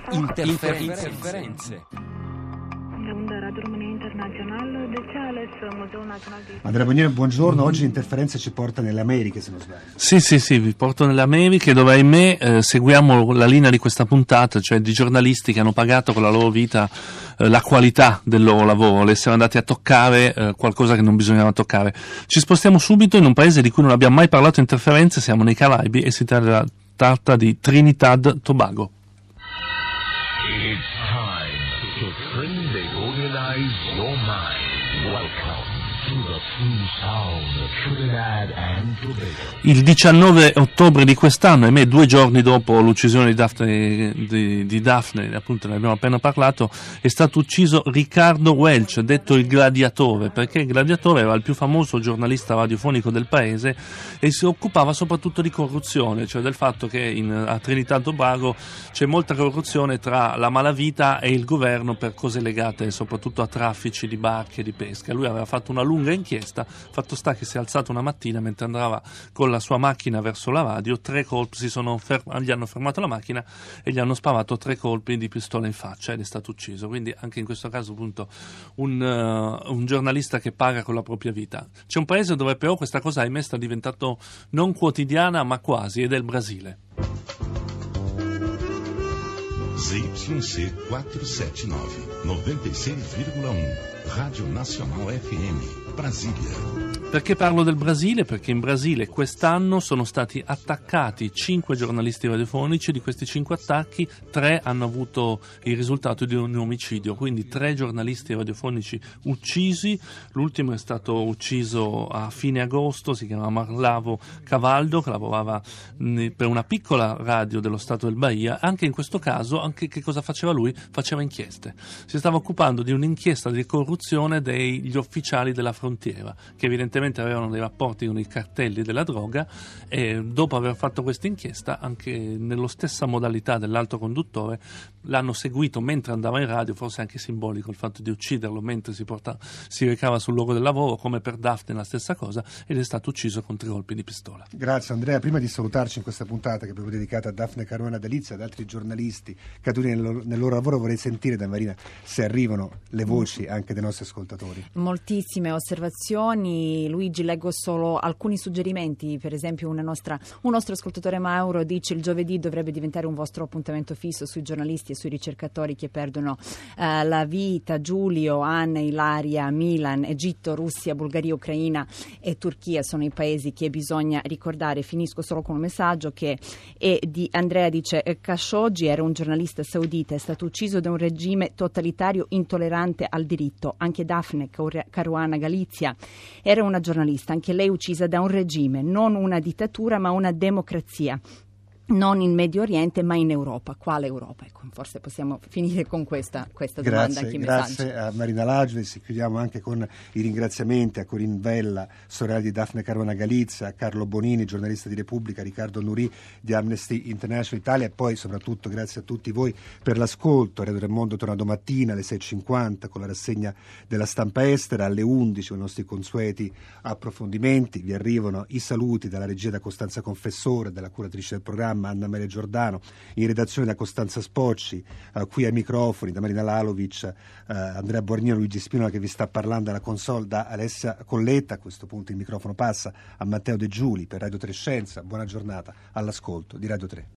Interferenze. Andrea Bonino, buongiorno. Oggi Interferenze ci porta nelle Americhe, se non sbaglio. Sì, vi porto nelle Americhe, dove ahimè seguiamo la linea di questa puntata, cioè di giornalisti che hanno pagato con la loro vita la qualità del loro lavoro, l'essere andati a toccare qualcosa che non bisognava toccare. Ci spostiamo subito in un paese di cui non abbiamo mai parlato Interferenze, siamo nei Caraibi e si tratta di Trinidad Tobago. It's time to Trinidadize your mind. Welcome to the true sound of Trinidad and Tobago. Il 19 ottobre di quest'anno, ahimè 2 giorni dopo l'uccisione di Daphne, appunto ne abbiamo appena parlato, è stato ucciso Ricardo Welch, detto il Gladiatore, perché il Gladiatore era il più famoso giornalista radiofonico del paese e si occupava soprattutto di corruzione, cioè del fatto che a Trinidad Tobago c'è molta corruzione tra la malavita e il governo per cose legate soprattutto a traffici di barche e di pesca. Lui aveva fatto una lunga inchiesta, fatto sta che si è alzato una mattina mentre andava con la sua macchina verso la radio, 3 colpi gli hanno fermato la macchina e gli hanno sparato 3 colpi di pistola in faccia ed è stato ucciso. Quindi anche in questo caso appunto un giornalista che paga con la propria vita. C'è un paese dove però questa cosa ahimè sta diventando non quotidiana ma quasi, ed è il Brasile. ZYC 479, 96,1, Rádio Nacional FM, Brasília. Perché parlo del Brasile? Perché in Brasile quest'anno sono stati attaccati 5 giornalisti radiofonici, di questi 5 attacchi 3 hanno avuto il risultato di un omicidio, quindi 3 giornalisti radiofonici uccisi. L'ultimo è stato ucciso a fine agosto, si chiama Marlavo Cavaldo, che lavorava per una piccola radio dello stato del Bahia. Anche in questo caso, anche che cosa faceva lui? Faceva inchieste. Si stava occupando di un'inchiesta di corruzione degli ufficiali della frontiera, che evidentemente avevano dei rapporti con i cartelli della droga, e dopo aver fatto questa inchiesta, anche nello stessa modalità dell'altro conduttore, l'hanno seguito mentre andava in radio, forse anche simbolico il fatto di ucciderlo mentre si recava sul luogo del lavoro, come per Daphne la stessa cosa, ed è stato ucciso con 3 colpi di pistola. Grazie Andrea. Prima di salutarci in questa puntata che è proprio dedicata a Daphne Caruana Galizia e ad altri giornalisti caduti nel loro lavoro, vorrei sentire da Marina se arrivano le voci anche dei nostri ascoltatori. Moltissime osservazioni, Luigi, leggo solo alcuni suggerimenti. Per esempio un nostro ascoltatore Mauro dice: il giovedì dovrebbe diventare un vostro appuntamento fisso sui giornalisti e sui ricercatori che perdono la vita. Giulio, Anna, Ilaria, Milan, Egitto, Russia, Bulgaria, Ucraina e Turchia sono i paesi che bisogna ricordare. Finisco solo con un messaggio che è di Andrea, dice: Khashoggi era un giornalista saudita, è stato ucciso da un regime totalitario intollerante al diritto. Anche Daphne Caruana Galizia era una giornalista, anche lei uccisa da un regime, non una dittatura ma una democrazia. Non in Medio Oriente ma in Europa. Quale Europa? Ecco, forse possiamo finire con questa domanda anche in messaggio. Grazie a Marina Lagiovis. Chiudiamo anche con i ringraziamenti a Corinne Vella, sorella di Daphne Caruana Galizia, a Carlo Bonini, giornalista di Repubblica, Riccardo Nuri di Amnesty International Italia, e poi soprattutto grazie a tutti voi per l'ascolto. Radio del Mondo torna domattina alle 6.50 con la rassegna della stampa estera, alle 11 con i nostri consueti approfondimenti. Vi arrivano i saluti dalla regia da Costanza Confessore, dalla curatrice del programma Anna Maria Giordano, in redazione da Costanza Spocci, qui ai microfoni da Marina Lalovic, Andrea Borgnino, Luigi Spinola che vi sta parlando alla console, da Alessia Colletta. A questo punto il microfono passa a Matteo De Giuli per Radio 3 Scienza. Buona giornata all'ascolto di Radio 3.